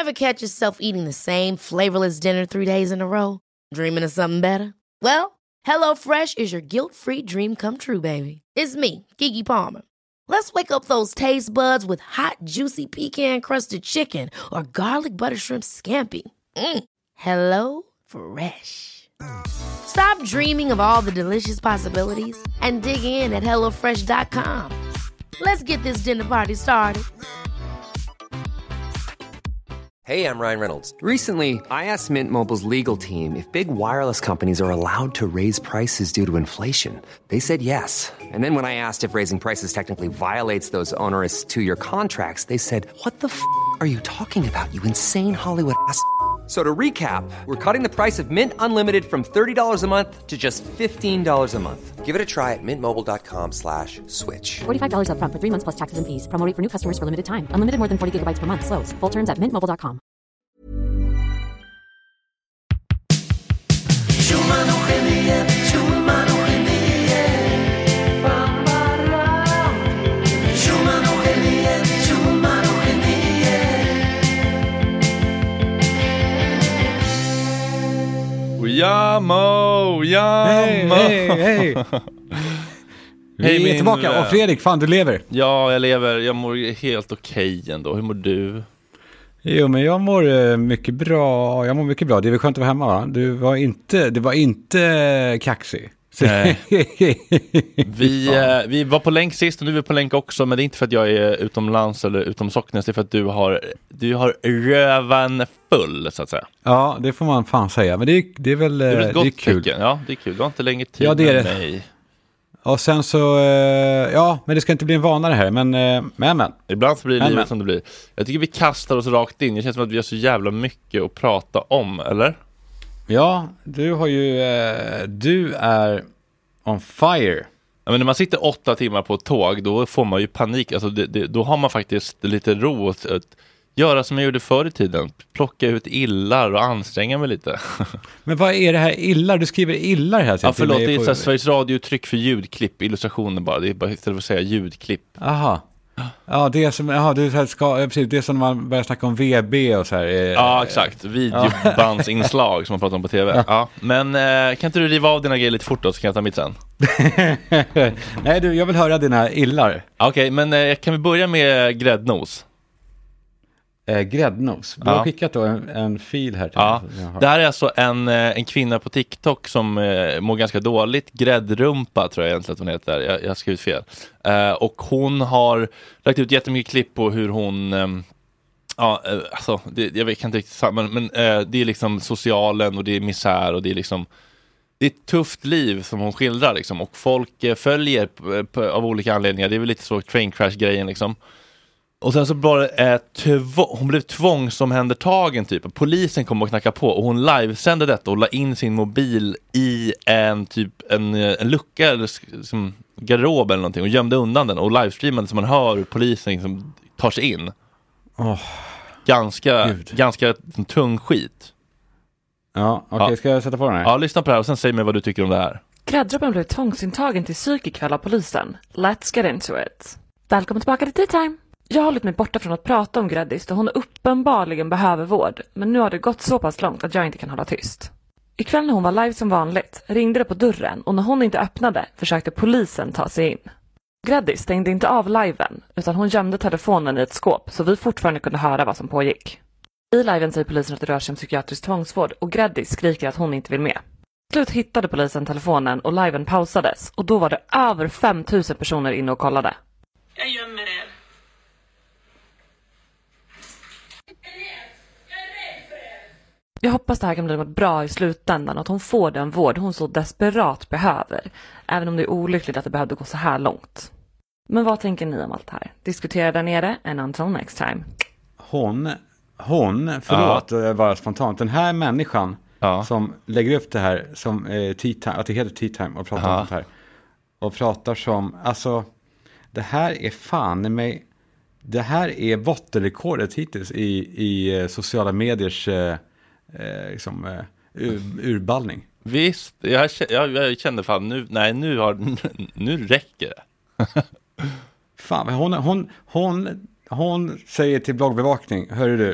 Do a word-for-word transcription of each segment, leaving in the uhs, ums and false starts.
Ever catch yourself eating the same flavorless dinner three days in a row? Dreaming of something better? Well, HelloFresh is your guilt-free dream come true, baby. It's me, Keke Palmer. Let's wake up those taste buds with hot, juicy pecan-crusted chicken or garlic butter shrimp scampi. Mm. Hello Fresh. Stop dreaming of all the delicious possibilities and dig in at hello fresh dot com. Let's get this dinner party started. Hey, I'm Ryan Reynolds. Recently, I asked Mint Mobile's legal team if big wireless companies are allowed to raise prices due to inflation. They said yes. And then when I asked if raising prices technically violates those onerous two-year contracts, they said, what the f*** are you talking about, you insane Hollywood ass f- So to recap, we're cutting the price of Mint Unlimited from thirty dollars a month to just fifteen dollars a month. Give it a try at mintmobile.com slash switch. forty-five dollars up front for three months plus taxes and fees. Promo rate for new customers for limited time. Unlimited more than forty gigabytes per month. Slows full terms at mint mobile dot com. Ja, Mo, ja, Hej, Mo. hej, hej. Vi Hej, är min tillbaka. vän. Och Fredrik, fan du lever. Ja, jag lever. Jag mår helt okej ändå. Hur mår du? Jo, men jag mår eh, mycket bra. Jag mår mycket bra. Det är väl skönt att vara hemma, va? Du var inte, det var inte eh, kaxig. Så- Nej. Vi, eh, vi var på länk sist och nu är vi på länk också. Men det är inte för att jag är utomlands eller utom Socknes. Det är för att du har, du har rövan full, så att säga. Ja, det får man fan säga. Men det är, det är väl Det är eh, väl ett det är gott kul. tecken. Ja, det är kul. Du har inte längre tid Ja, det är med det. mig. Och sen så, eh, ja, men det ska inte bli en vana det här. Men, eh, men, men. Ibland så blir det Men, livet men. som det blir. Jag tycker vi kastar oss rakt in. Det känns som att vi har så jävla mycket att prata om, eller? Ja, du har ju, eh, du är on fire. Ja, men när man sitter åtta timmar på ett tåg, då får man ju panik. Alltså det, det, då har man faktiskt lite ro att, att göra som jag gjorde förr i tiden. Plocka ut illar och anstränga mig lite. Men vad är det här illar? Du skriver illar här. Ja, förlåt, det är på... så här Sveriges Radio-tryck för ljudklipp, illustrationer bara. Det är bara istället för att säga ljudklipp. Aha. Ja, det är som, aha, det är så här, ska, precis, det är som när man börjar snacka om V B och så här. Eh, Ja, exakt. Videobandsinslag som man pratar om på tv. Ja. Men eh, kan inte du riva av dina grejer lite fort då, så kan jag ta mitt sen? Nej, du, jag vill höra dina illar. Okej, okay, men eh, kan vi börja med gräddnos? Eh, gräddnos. Du Ja. har skickat då en, en fil här till Ja, mig. Jag har- det här är alltså en, eh, en kvinna på TikTok som eh, mår ganska dåligt. Gräddrumpa tror jag egentligen att hon heter. Jag, jag har skrivit fel. Eh, och hon har lagt ut jättemycket klipp på hur hon... Eh, ja, eh, alltså, det, jag vet, kan inte riktigt samma, men, men eh, det är liksom socialen och det är misär och det är liksom... Det är ett tufft liv som hon skildrar liksom. Och folk eh, följer p- p- av olika anledningar. Det är väl lite så train crash-grejen liksom. Och sen så bara eh, tv- hon blev tvångsomhändertagen typ. Polisen kom och knackade på och hon livesände detta och la in sin mobil i en typ en, en lucka eller sk- som garderob eller någonting och gömde undan den och livestreamade så man hör hur polisen liksom tar sig in. Åh, Ganska, Gud. ganska tung skit. ja, okej, Ja. ska jag sätta på den här? Ja, lyssna på det här och sen säg mig vad du tycker om det här. Gräddroppen blev tvångsintagen till psyk ikväll av polisen. Let's get into it. Välkommen tillbaka till Tea Time. Jag har hållit mig borta från att prata om Gräddis då hon uppenbarligen behöver vård. Men nu har det gått så pass långt att jag inte kan hålla tyst. Ikväll när hon var live som vanligt ringde det på dörren och när hon inte öppnade försökte polisen ta sig in. Gräddis stängde inte av liven utan hon gömde telefonen i ett skåp så vi fortfarande kunde höra vad som pågick. I liven säger polisen att det rör sig om psykiatrisk tvångsvård och Gräddis skriker att hon inte vill med. Till slut hittade polisen telefonen och liven pausades och då var det över fem tusen personer inne och kollade. Jag gömmer er. Jag hoppas det här kan bli något bra i slutändan och att hon får den vård hon så desperat behöver. Även om det är olyckligt att det behövde gå så här långt. Men vad tänker ni om allt det här? Diskutera där nere and until next time. Hon, hon, förlåt, ja. Bara spontant. Den här människan Ja. som lägger upp det här som eh, tea time, att det heter Tea Time och pratar Ja. om sånt här. Och pratar som, alltså, det här är fan i mig, det här är bottenrekordet hittills i, i eh, sociala mediers eh, eh, liksom, eh, ur, urballning. Visst, jag, k- jag, jag kände fan nu, nej nu har, nu räcker det. Fan, hon, hon, hon, hon säger till bloggbevakning, hörru du,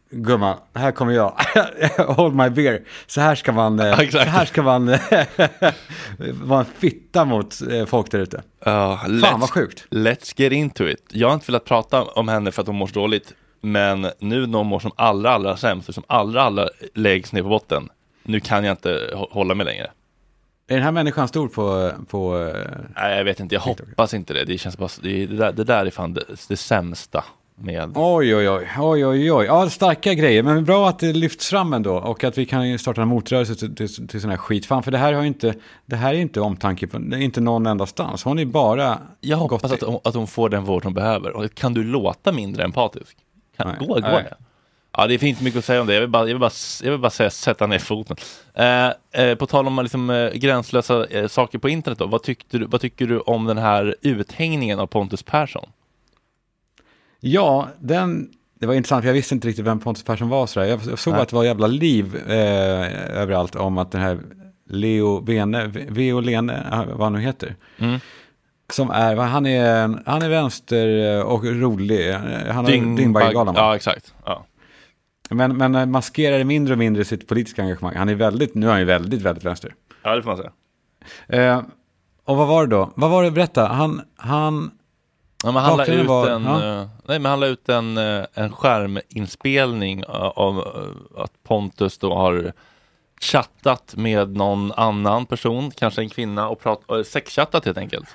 gumman, här kommer jag. Hold my beer. Så här ska man, eh, så här ska man vara en fitta mot eh, folk där ute. Uh, Fan vad sjukt. Let's get into it. Jag har inte velat prata om henne för att hon mår dåligt. Men nu när hon mår som allra, allra sämst, som allra, allra läggs ner på botten. Nu kan jag inte hålla mig längre. Är den här människan stor på... på Nej, jag vet inte. Jag hoppas inte det. Det känns bara... Det, det, där, det där är fan det, det sämsta med... Oj, oj, oj. Oj, oj, oj. Ja, starka grejer. Men bra att det lyfts fram ändå. Och att vi kan starta en motrörelse till, till, till sån här skit. Fan, för det här har inte... Det här är inte omtanke på... Det är inte någon enda stans. Hon är bara... Jag hoppas att hon, att hon får den vård hon behöver. Och kan du låta mindre empatisk? Kan, Nej. Gå, gå Nej. det. Ja, det finns mycket att säga om det. Jag vill bara, jag vill bara, jag vill bara säga, sätta ner foten. Eh, eh, på tal om liksom, eh, gränslösa eh, saker på internet då. Vad, tyckte du, vad tycker du om den här uthängningen av Pontus Persson? Ja, den... Det var intressant, för jag visste inte riktigt vem Pontus Persson var. Så jag såg Nej. att det var jävla liv eh, överallt om att den här Leo Vene, Veo Lene, vad han nu heter. Mm. Som är, han är, han är vänster och rolig. Han har Ding, Dyngbaggegalan. Ja, exakt. Ja. Men, men maskerar det mindre och mindre sitt politiska engagemang. Han är väldigt, nu är han ju väldigt, väldigt vänster. Ja, det får man säga. Eh, och vad var det då? Vad var det, berätta? Han, han... Ja, men han la ut var, en, ja. uh, nej, men han la ut en, uh, en skärminspelning av uh, att Pontus då har chattat med någon annan person, kanske en kvinna, och prat, uh, sexchattat helt enkelt.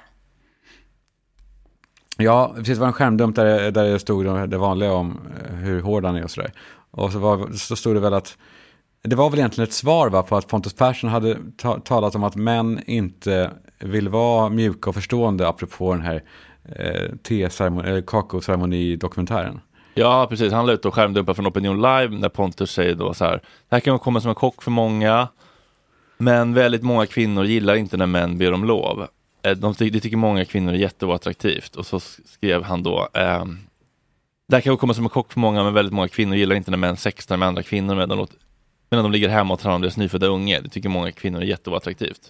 Ja, precis, det var en skärmdump där, där det stod det vanliga om hur hård han är och sådär. Och så, var, så stod det väl att det var väl egentligen ett svar va, på att Pontus Persson hade ta, talat om att män inte vill vara mjuka och förstående apropå den här eh, te-ceremoni, eller kakaoceremoni-dokumentären. Ja, precis. Han la ut och skärmdumpar från Opinion Live när Pontus säger då så här: det här kan komma som en chock för många, men väldigt många kvinnor gillar inte när män ber om lov. De ty- det tycker många kvinnor är jätteattraktivt. Och så skrev han då eh, det här kan komma som en chock för många, men väldigt många kvinnor gillar inte när män sextar med andra kvinnor medan de, låter, medan de ligger hemma och tar hand om deras nyfödda unge. Det tycker många kvinnor är jätteattraktivt.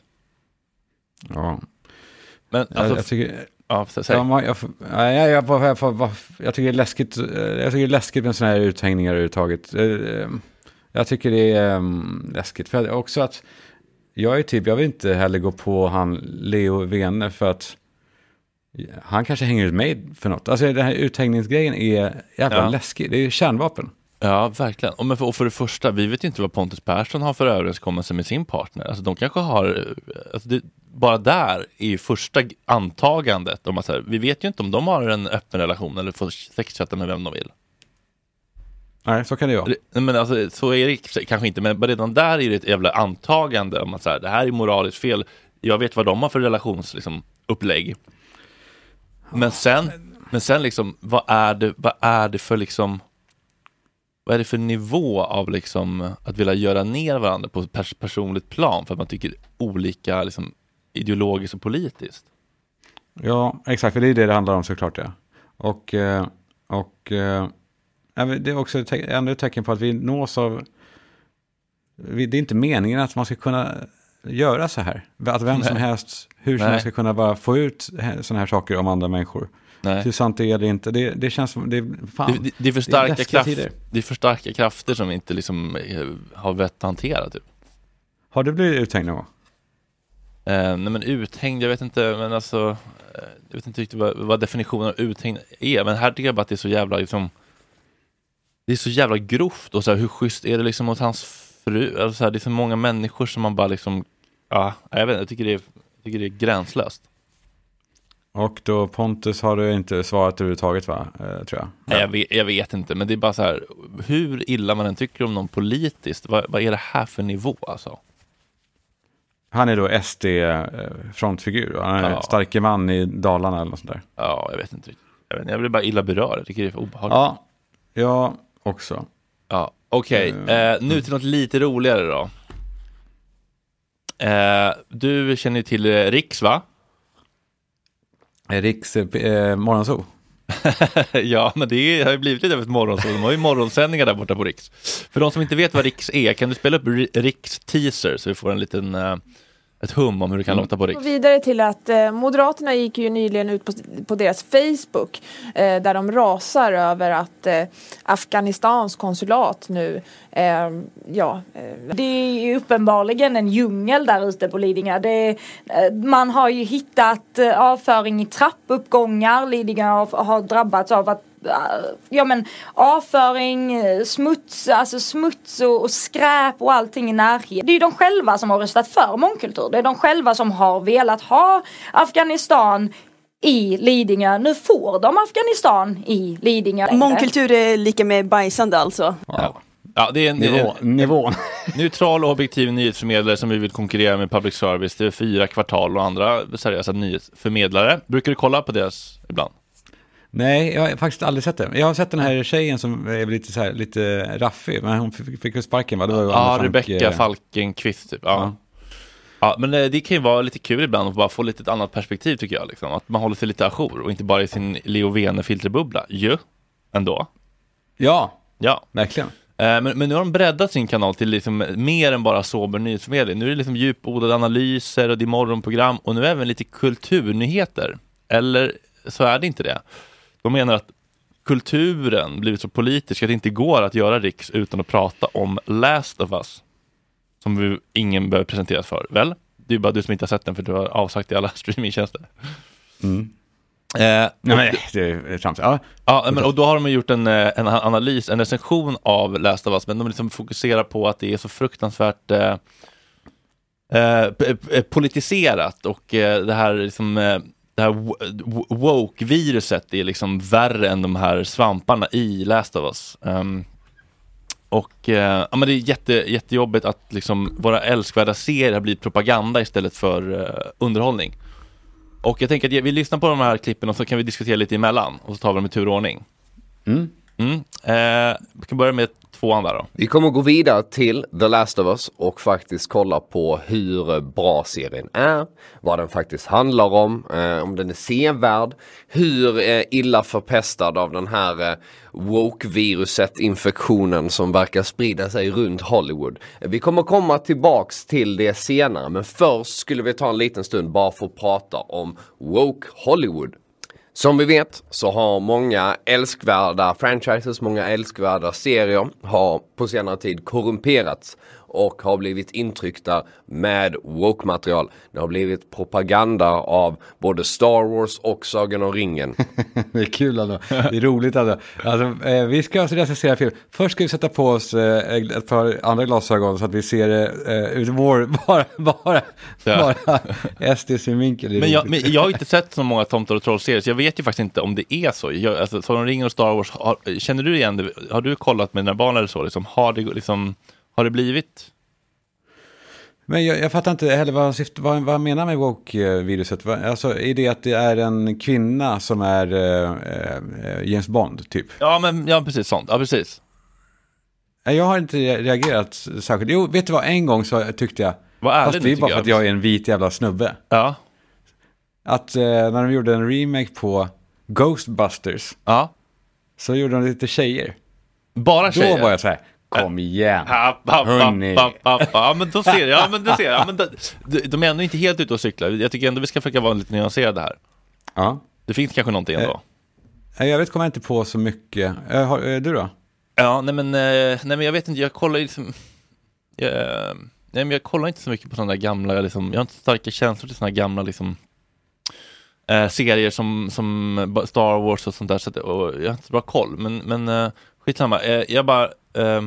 Ja. Men alltså, jag, jag tycker... Ja, säg. Ja, jag, jag, jag, jag, jag, jag, jag tycker det är läskigt, jag tycker det är läskigt med sådana här uthängningar överhuvudtaget. Jag tycker det är um, läskigt. För också att jag är typ, jag vill inte heller gå på han Leo Vene för att han kanske hänger ut mig för något. Alltså den här uthängningsgrejen är jävla Ja. läskig. Det är kärnvapen. Ja, verkligen. Och, men för, och för det första, vi vet ju inte vad Pontus Persson har för överenskommelse med sin partner. Alltså de kanske har, alltså det, bara där är ju första antagandet om att så här, vi vet ju inte om de har en öppen relation eller får sexchatta med vem de vill. Nej, så kan det vara. Men alltså, så är det kanske inte, men redan där är det ett jävla antagande om att så här, det här är moraliskt fel. Jag vet vad de har för relations liksom, upplägg. Men sen, men sen liksom, vad är det, vad är det för liksom, vad är det för nivå av liksom att vilja göra ner varandra på ett pers- personligt plan för att man tycker olika liksom, ideologiskt och politiskt? Ja, exakt, för det är det det handlar om såklart. Ja. Och, och det är också ett te- ännu ett tecken på att vi nås av, det är inte meningen att man ska kunna göra så här. Att vem som helst, hur som helst ska kunna bara få ut sådana här saker om andra människor. Nej. Hur sant det är det inte. Det, det känns som, det, fan, det, det, är för starka det, är kraft, det är för starka krafter som inte liksom har vett att hantera typ. Har du blivit uthängd någon gång? Eh, nej men uthängd, jag vet inte, men alltså eh, jag vet inte riktigt vad, vad definitionen av uthängd är, men här tycker jag bara att det är så jävla liksom, det är så jävla grovt och så här, hur schysst är det liksom mot hans fru, alltså så här, det är så många människor som man bara liksom, ja, jag vet inte, jag tycker det är, jag tycker det är gränslöst. Och då Pontus har du inte svarat överhuvudtaget va, eh, tror jag. Nej, jag, vet, jag vet inte, men det är bara så här, hur illa man än tycker om någon politiskt, vad, vad är det här för nivå alltså? Han är då S D-frontfigur. Han är ja. starke man i Dalarna eller något sånt där. Ja, jag vet inte riktigt. Jag, vet inte, jag blir bara illa berörd. Jag tycker det är för obehagligt. Ja, jag också. Ja, okej. Okay. Uh, uh, nu till något lite roligare då. Uh, du känner ju till uh, Riks, va? Riks uh, morgonzoo. Ja, men det har ju blivit lite av ett morgonzoo. De har ju morgonsändningar där borta på Riks. För de som inte vet vad Riks är, kan du spela upp Riks teaser så vi får en liten uh, ett hum om hur det kan mm. låta på Riks. Och vidare till att eh, Moderaterna gick ju nyligen ut på, på deras Facebook eh, där de rasar över att eh, Afghanistans konsulat nu eh, ja. Eh. Det är uppenbarligen en djungel där ute på Lidingö. Det, eh, man har ju hittat eh, avföring i trappuppgångar. Lidingö har, har drabbats av att ja men avföring, smuts, alltså smuts och, och skräp och allting i närhet. Det är ju de själva som har röstat för mångkultur. Det är de själva som har velat ha Afghanistan i Lidingö. Nu får de Afghanistan i Lidingö. Mångkultur är lika med bajsande alltså. Ja. Ja, det är en, Nivå, en, nivån. neutral och objektiv nyhetsförmedlare som vi vill konkurrera med public service. Det är fyra kvartal och andra seriösa nyhetsförmedlare. Brukar du kolla på deras ibland? Nej, jag har faktiskt aldrig sett det. Jag har sett den här tjejen som är lite så här, lite raffig, men hon fick, fick sparken, va? Det var ja, Falk, Rebecca eh... Falkenkvist typ. Ja. Ja. Ja, men det kan ju vara lite kul ibland att bara få lite ett annat perspektiv tycker jag liksom. Att man håller sig lite ajour och inte bara i sin Leo Vene-filterbubbla. Ju, ändå. Ja, ja. verkligen. Men, men nu har de breddat sin kanal till liksom mer än bara sober nyhetsförmedling. Nu är det liksom djupodlade analyser och det är morgonprogram och nu även lite kulturnyheter. Eller så är det inte det. De menar att kulturen blivit så politisk att det inte går att göra Riks utan att prata om Last of Us. Som vi ingen behöver presenteras för, väl? Det är bara du som inte har sett den för du har avsagt i alla streamingtjänster. Mm. Eh, Nej, det är framtid. Ja, ja men, och då har de gjort en, en analys, en recension av Last of Us, men de liksom fokuserar på att det är så fruktansvärt eh, eh, politiserat och eh, det här liksom eh, det här woke-viruset är liksom värre än de här svamparna i Last of Us. Um, och eh, ja, men det är jätte, jättejobbigt att liksom våra älskvärda serier har blivit propaganda istället för uh, underhållning. Och jag tänker att vi lyssnar på de här klippen och så kan vi diskutera lite emellan och så tar vi dem i turordning. Mm. Mm. Eh, vi kan börja med två andra då. Vi kommer gå vidare till The Last of Us och faktiskt kolla på hur bra serien är, vad den faktiskt handlar om, eh, om den är sevärd, hur eh, illa förpestad av den här eh, woke-viruset, infektionen som verkar sprida sig runt Hollywood. Vi kommer komma tillbaks till det senare, men först skulle vi ta en liten stund bara för att prata om woke Hollywood. Som vi vet så har många älskvärda franchises, många älskvärda serier har på senare tid korrumperats och har blivit intryckta med woke-material. Det har blivit propaganda av både Star Wars och Sagan om ringen. Det är kul alltså. Det är roligt alltså. alltså eh, vi ska alltså recensera film. Först ska vi sätta på oss eh, ett par andra glasögon så att vi ser eh, ut vår bara, bara, ja. bara S D-synvinkel. Men jag, men jag har inte sett så många Tomtar och Troll-serier så jag vet ju faktiskt inte om det är så. Jag, alltså, Sagan om ringen och Star Wars, har, känner du igen det? Har du kollat med dina barn eller så? Liksom, har det liksom... Har det blivit? Men jag, jag fattar inte heller vad, vad, vad menar med woke-viruset. Alltså, är det att det är en kvinna som är äh, James Bond, typ? Ja, men ja, precis sånt. Ja, precis. Jag har inte reagerat särskilt. Jo, vet du vad? En gång så tyckte jag... Vad ärligt, fast det är bara för att jag är en vit jävla snubbe. Ja. Att äh, när de gjorde en remake på Ghostbusters. Ja. Så gjorde de lite tjejer. Bara tjejer? Då var jag så här... Kom igen. Ha, ha, ha, ha, ha. Ja, men då ser jag. Ja, men då ser jag. Ja, men då, de är ändå inte helt ute och cykla. Jag tycker ändå vi ska försöka vara lite nyanserade här. Ja. Det finns kanske någonting ändå. Eh, jag vet kommer inte på så mycket. Eh, har, eh, du då? Ja, nej men, eh, nej men jag vet inte. Jag kollar liksom... Jag, nej, men jag kollar inte så mycket på sådana där gamla... Liksom, jag har inte starka känslor till sådana gamla liksom, eh, serier som, som Star Wars och sånt där. Så att, och jag har inte så bra koll. Men, men eh, skitsamma. Eh, jag bara... Eh,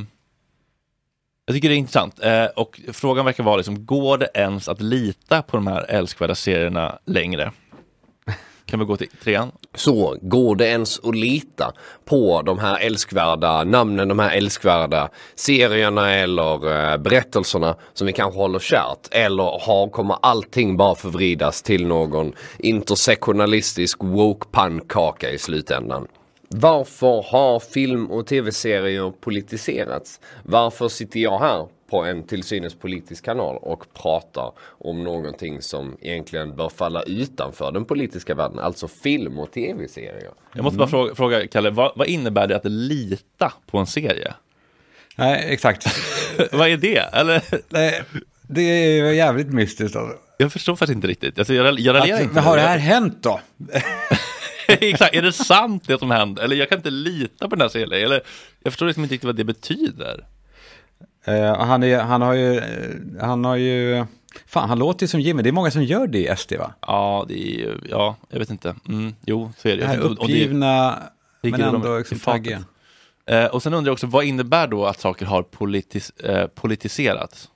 Jag tycker det är intressant eh, och frågan verkar vara liksom, går det ens att lita på de här älskvärda serierna längre? Kan vi gå till trean? Så, går det ens att lita på de här älskvärda namnen, de här älskvärda serierna eller eh, berättelserna som vi kanske håller kärt? Eller har, kommer allting bara förvridas till någon intersektionalistisk woke-pannkaka i slutändan? Varför har film- och tv-serier politiserats? Varför sitter jag här på en till synes politisk kanal och pratar om någonting som egentligen bör falla utanför den politiska världen, alltså film- och tv-serier? Jag måste bara fråga, fråga Kalle, vad, vad innebär det att lita på en serie? Nej, exakt. Vad är det? Eller? Nej, Det är jävligt mystiskt alltså. Jag förstår faktiskt inte riktigt. Alltså, jag, jag raljerar inte. Men har det här hänt då? Exakt, är det sant det som händer? Eller jag kan inte lita på den här serien. Eller jag förstår liksom inte riktigt vad det betyder. Uh, han, är, han har ju, han har ju, fan han låter ju som Jimmy. Det är många som gör det i S D, va? Ja, det är ju, ja, jag vet inte. Mm, jo, så är det. Det här uppgivna, det, men ändå liksom taggen. Uh, och sen undrar jag också, vad innebär då att saker har politis, uh, politiserats?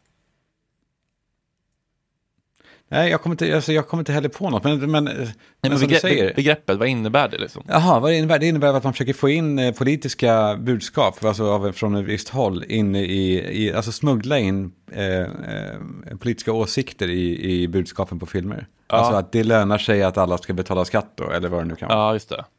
Nej, jag kommer inte, alltså, jag kommer inte heller på något. Men, men, Nej, men men som begre- du säger. Begreppet, vad innebär det liksom? Jaha, vad det innebär? Det innebär att man försöker få in eh, politiska budskap, alltså av, från ett visst håll, in i, i alltså smuggla in eh, eh, politiska åsikter i, i budskapen på filmer. Ja. Alltså att det lönar sig att alla ska betala skatt då, eller vad det nu kan vara. Ja, just det.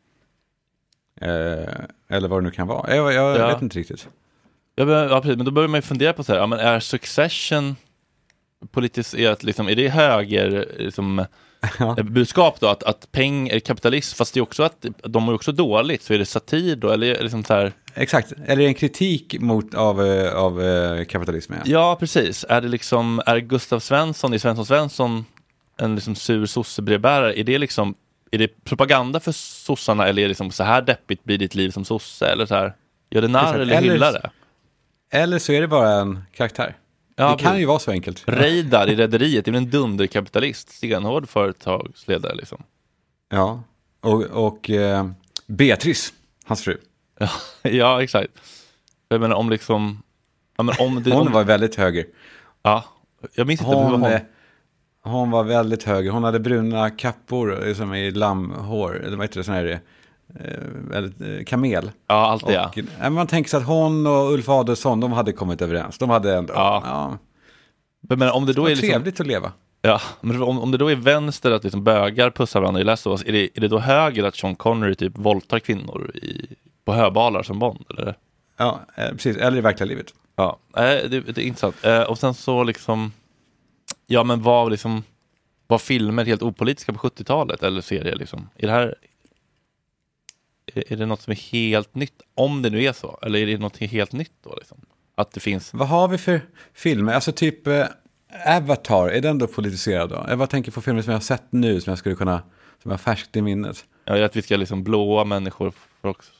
Eh, eller vad det nu kan vara. Jag, jag Ja. vet inte riktigt. Ja, men, ja, precis. Men då börjar man ju fundera på så här, ja, men är Succession politiserat, liksom, är det höger liksom, Ja. budskap då, att, att peng är kapitalism, fast det är också att de är också dåligt, så är det satir då, eller är det liksom så här... Exakt, eller en kritik mot, av, eh, av eh, kapitalismen. Ja. Ja, precis. Är det liksom, är Gustav Svensson i Svensson Svensson en liksom sur sossebrevbärare? Är det liksom, är det propaganda för sossarna, eller är det liksom så här deppigt blir ditt liv som sosse, eller så här, gör det narr Exakt. eller Eller- hyllar det? Eller så är det bara en karaktär. Ja, det kan ju vara så enkelt. Reidar i Rederiet är väl en dunderkapitalist, stenhård företagsledare liksom. Ja, och, och eh, Beatrice, hans fru. Ja, ja, exakt. Jag menar om liksom, ja, men om det, Hon om, var väldigt höger. ja, jag minns inte hur Hon, hon. eh, hon var väldigt höger. Hon hade bruna kappor liksom i lammhår, eller vad heter det, sån här eh, väldigt, eh, kamel. Ja, allt det, och, ja. Man tänker sig att hon och Ulf Adelsohn, de hade kommit överens. De hade ändå, Ja. ja, Men, men om det det då var är liksom, trevligt att leva. ja, men om, om det då är vänster att liksom bögar pussar varandra i Last of Us, är det, är det då höger att Sean Connery typ våldtar kvinnor i, på höbalar som Bond, eller? Ja, eh, precis. Eller i verkliga livet. Ja, äh, det, det är intressant. Äh, och sen så liksom, ja men var liksom, var filmer helt opolitiska på sjuttiotalet, eller serier liksom? Är det här, är, är det något som är helt nytt? Om det nu är så, eller är det något helt nytt då liksom? Att det finns... Vad har vi för filmer? Alltså typ eh, Avatar, är den då politiserad då? Jag bara tänker på filmer som jag har sett nu, som jag skulle kunna, som jag har färskt i minnet. Ja, att vi ska liksom blåa människor för också.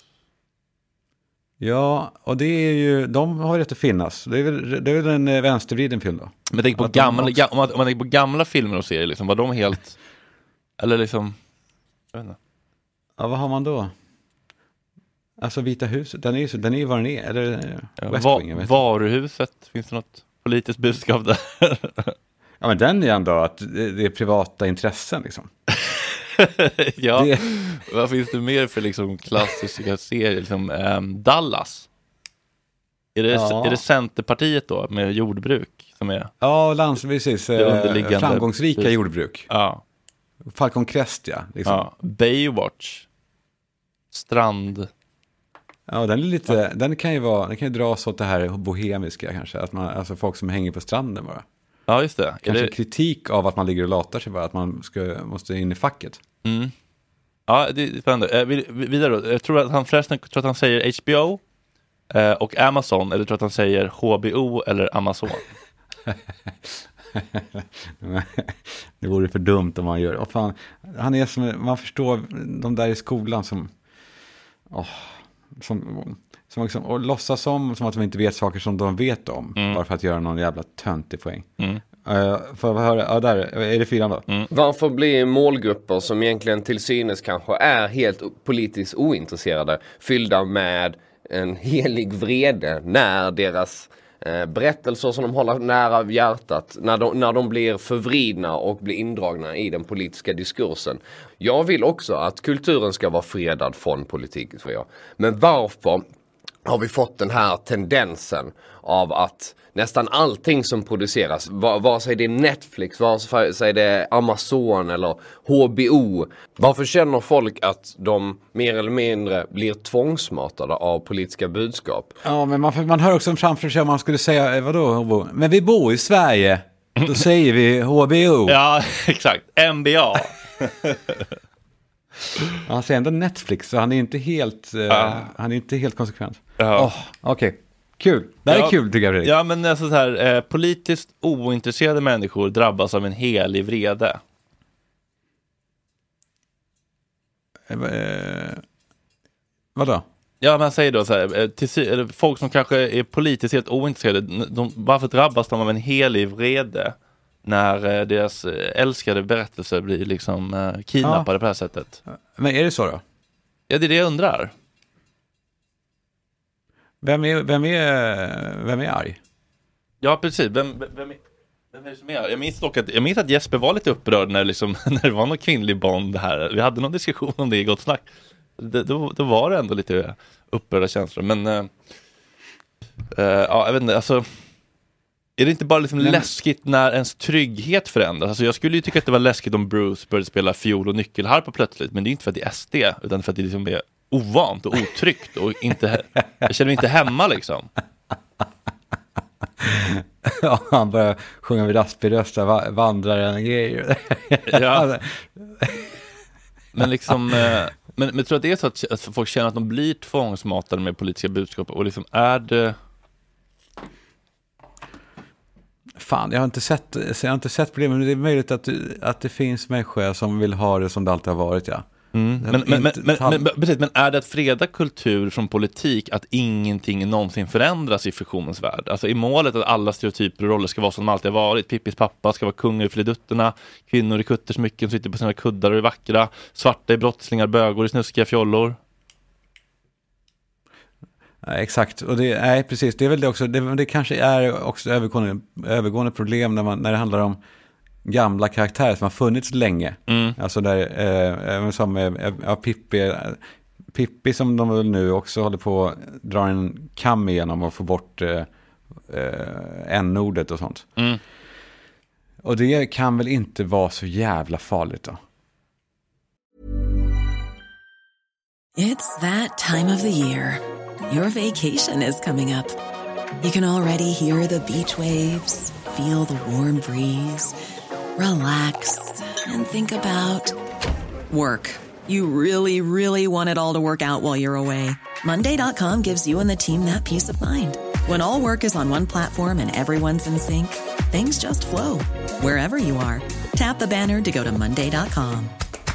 Ja, och det är ju, de har ju rätt att finnas. Det är väl, det är väl en eh, vänstervriden film då? Men tänk på Att de gamla, också- ga, om, man, om man tänker på gamla filmer och serier, liksom, var de helt, eller liksom, jag vet inte. Ja, vad har man då? Alltså Vita huset, den är ju, så- den är ju vad den är. Eller Ja, West va, Wing, jag vet inte. varuhuset, finns det något politiskt budskap där? Ja, men den är ju ändå att det, det är privata intressen liksom. Ja, Det- vad finns det mer för liksom klassiska serier? Liksom, ehm, Dallas. Är det, Ja. är det Centerpartiet då med jordbruk som är? Ja, lands, precis. Det underliggande- Eh, framgångsrika precis. jordbruk. Ja, Falcon Crest, ja. Liksom. ja. Baywatch. Strand. Ja, den är lite, den kan ju vara, den kan ju dras åt det här bohemiska kanske, att man, alltså folk som hänger på stranden bara. Ja, just det. Är Kanske det kritik av att man ligger och latar sig bara, att man ska, måste in i facket. mm. Ja, det är spännande. Eh, vid- vidare då. Jag tror att han förresten tror att han säger H B O eh, och Amazon, eller tror att han säger H B O eller Amazon. Det vore för dumt om man gör det. Och fan, han är som, man förstår de där i skolan som, åh, som, som liksom, och låtsas som, som att de inte vet saker som de vet om, Mm. bara för att göra någon jävla töntig poäng. Mm. Uh, får jag höra, ja där, är det fyran då? Mm. Varför blir målgrupper som egentligen till synes kanske är helt politiskt ointresserade fyllda med en helig vrede när deras eh, berättelser som de håller nära hjärtat, när de, när de blir förvridna och blir indragna i den politiska diskursen. Jag vill också att kulturen ska vara fredad från politik, tror jag. Men varför har vi fått den här tendensen av att nästan allting som produceras, vare sig det är Netflix, vare sig det är Amazon eller H B O, varför känner folk att de mer eller mindre blir tvångsmatade av politiska budskap? Ja, men man, man hör också framför sig om man skulle säga, eh, vadå, H B O? Men vi bor i Sverige, då säger vi H B O. Ja, exakt. N B A. Han säger ändå Netflix, så han är inte helt, eh, Ja. han är inte helt konsekvent. Ja. Oh, Okej. Kul. Det här ja, är kul tycker jag, Fredrik. Ja, men alltså så här, eh, politiskt ointresserade människor drabbas av en helig vrede. Eh, vadå? Ja, man säger då så här, till, eller folk som kanske är politiskt helt ointresserade, de, varför drabbas de av en helig vrede när eh, deras älskade berättelser blir liksom eh, kidnappade ja. på det här sättet? Men är det så då? Ja, det är det jag undrar. Vem är, vem är, vem är arg? Ja, precis. Vem, vem, vem, är, vem är det som är arg? Jag minns dock att, jag minns att Jesper var lite upprörd när, liksom, när det var någon kvinnlig bond här. Vi hade någon diskussion om det i Gott Snack. Det, då, då var det ändå lite upprörda känslor. Men äh, äh, ja, jag vet inte, alltså är det inte bara liksom Nej. läskigt när ens trygghet förändras? Alltså jag skulle ju tycka att det var läskigt om Bruce började spela fiol och nyckelharpa plötsligt, men det är inte för att det är S D, utan för att det liksom är ovant och otryggt och inte, jag känner mig inte hemma liksom. Ja, han börjar sjunga vid raspig röst, vandraren grejer. Ja. Men liksom men, men jag tror att det är så att, att folk känner att de blir tvångsmatade med politiska budskap, och liksom är det... Fan, jag har inte sett, jag har inte sett problemet, men det är möjligt att, att det finns människor som vill ha det som det alltid har varit, ja. Mm. Men, men, men, men, men, precis, men är det att freda kultur från politik att ingenting någonsin förändras i fiktionens värld? Alltså i målet att alla stereotyper och roller ska vara som de alltid har varit. Pippis pappa ska vara kung i Filidutterna, kvinnor i kuttersmycken sitter på sina kuddar och är vackra, svarta i brottslingar, bögor i snuskiga fjollor. Ja, exakt, och det är precis, det är väl det också, det, det kanske är också övergående, övergående problem när, man, när det handlar om gamla karaktärer som har funnits länge. Mm. Alltså där, eh, som eh, ja, Pippi, Pippi som de väl nu också håller på att dra en kam igenom och få bort eh, eh, n-ordet och sånt. Mm. Och det kan väl inte vara så jävla farligt då? It's that time of the year. Your vacation is coming up. You can already hear the beach waves, feel the warm breeze, relax, and think about work. You really, really want it all to work out while you're away. Monday dot com gives you and the team that peace of mind. When all work is on one platform and everyone's in sync, things just flow. Wherever you are, tap the banner to go to Monday dot com.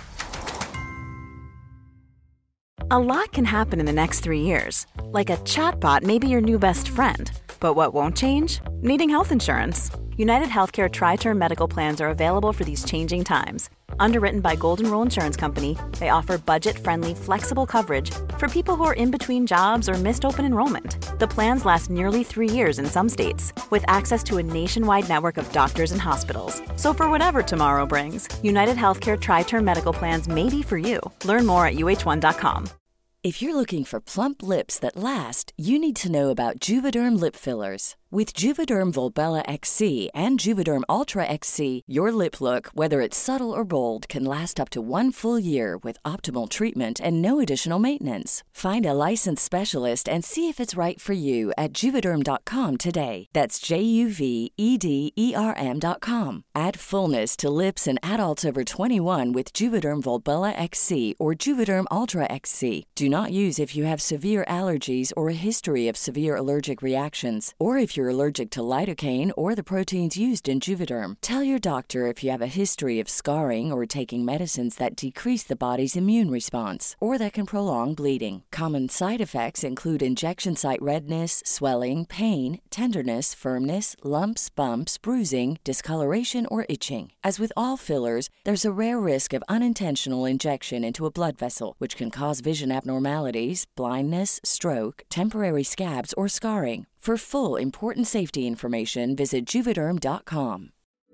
A lot can happen in the next three years. Like a chatbot may be your new best friend. But what won't change? Needing health insurance. United Healthcare Tri-Term Medical Plans are available for these changing times. Underwritten by Golden Rule Insurance Company, they offer budget-friendly, flexible coverage for people who are in between jobs or missed open enrollment. The plans last nearly three years in some states, with access to a nationwide network of doctors and hospitals. So for whatever tomorrow brings, United Healthcare Tri-Term Medical Plans may be for you. Learn more at U H one dot com. If you're looking for plump lips that last, you need to know about Juvederm lip fillers. With Juvederm Volbella X C and Juvederm Ultra X C, your lip look, whether it's subtle or bold, can last up to one full year with optimal treatment and no additional maintenance. Find a licensed specialist and see if it's right for you at juvederm dot com today. That's J U V E D E R M dot com. Add fullness to lips in adults over twenty-one with Juvederm Volbella X C or Juvederm Ultra X C. Do not use if you have severe allergies or a history of severe allergic reactions, or if you're allergic to lidocaine or the proteins used in Juvederm. Tell your doctor if you have a history of scarring or taking medicines that decrease the body's immune response or that can prolong bleeding. Common side effects include injection site redness, swelling, pain, tenderness, firmness, lumps, bumps, bruising, discoloration, or itching. As with all fillers, there's a rare risk of unintentional injection into a blood vessel, which can cause vision abnormalities, blindness, stroke, temporary scabs, or scarring. For full important safety information, visit juvederm dot com.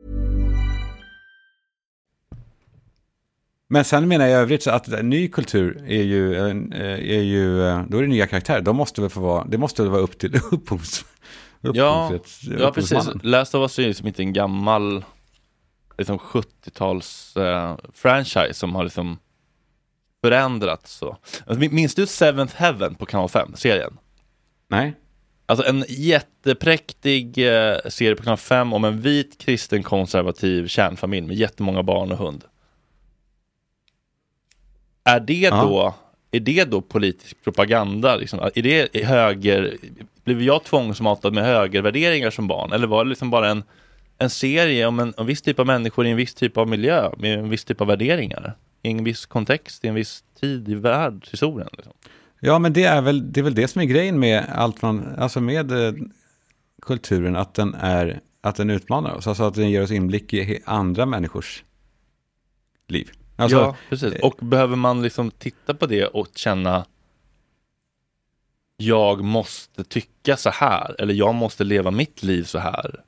Men sen menar jag i övrigt så att ny kultur är ju, är ju då är det nya karaktärer. De måste väl få vara, det måste väl vara upp till upphovs, ja, ja, precis. Last of Us är ju som inte en gammal liksom sjuttio-tals uh, franchise som har liksom förändrats så. Minns du Seventh Heaven på Kanal fem, serien? Nej. Alltså en jättepräktig eh, serie på Kanal fem om en vit kristen konservativ kärnfamilj med jättemånga barn och hund. Är det, ja. då, är det då politisk propaganda? Liksom? Är det höger, blev jag tvångsmatad med högervärderingar som barn? Eller var det liksom bara en, en serie om en, en viss typ av människor i en viss typ av miljö med en viss typ av värderingar? I en viss kontext, i en viss tid i världshistorien liksom? Ja, men det är väl det är väl det som är grejen med allt man, alltså med eh, kulturen, att den är att den utmanar oss, alltså att den ger oss inblick i andra människors liv. Alltså, ja, precis. Och behöver man liksom titta på det och känna jag måste tycka så här, eller jag måste leva mitt liv så här?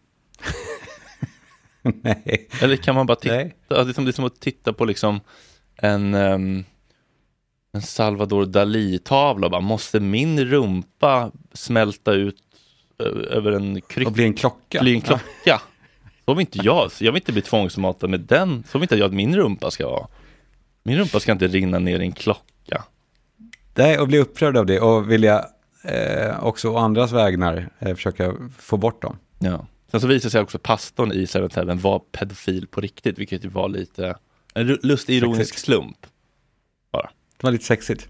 Nej. Eller kan man bara titta, det är som, det är som att titta på liksom en um, en Salvador Dalí-tavla, bara, måste min rumpa smälta ut över en kryck och bli en klocka. Bli en klocka. Så vill inte jag. Jag vill inte bli tvångsmatad med den. Så vill inte jag att min rumpa ska vara. Min rumpa ska inte rinna ner i en klocka. Nej, och bli upprörd av det och vilja eh, också å andras vägnar eh, försöka få bort dem. Ja. Sen så visar sig också pastorn i Seventh Heaven var pedofil på riktigt, vilket ju var lite en lustig ironisk slump. Bara. Det var lite sexigt.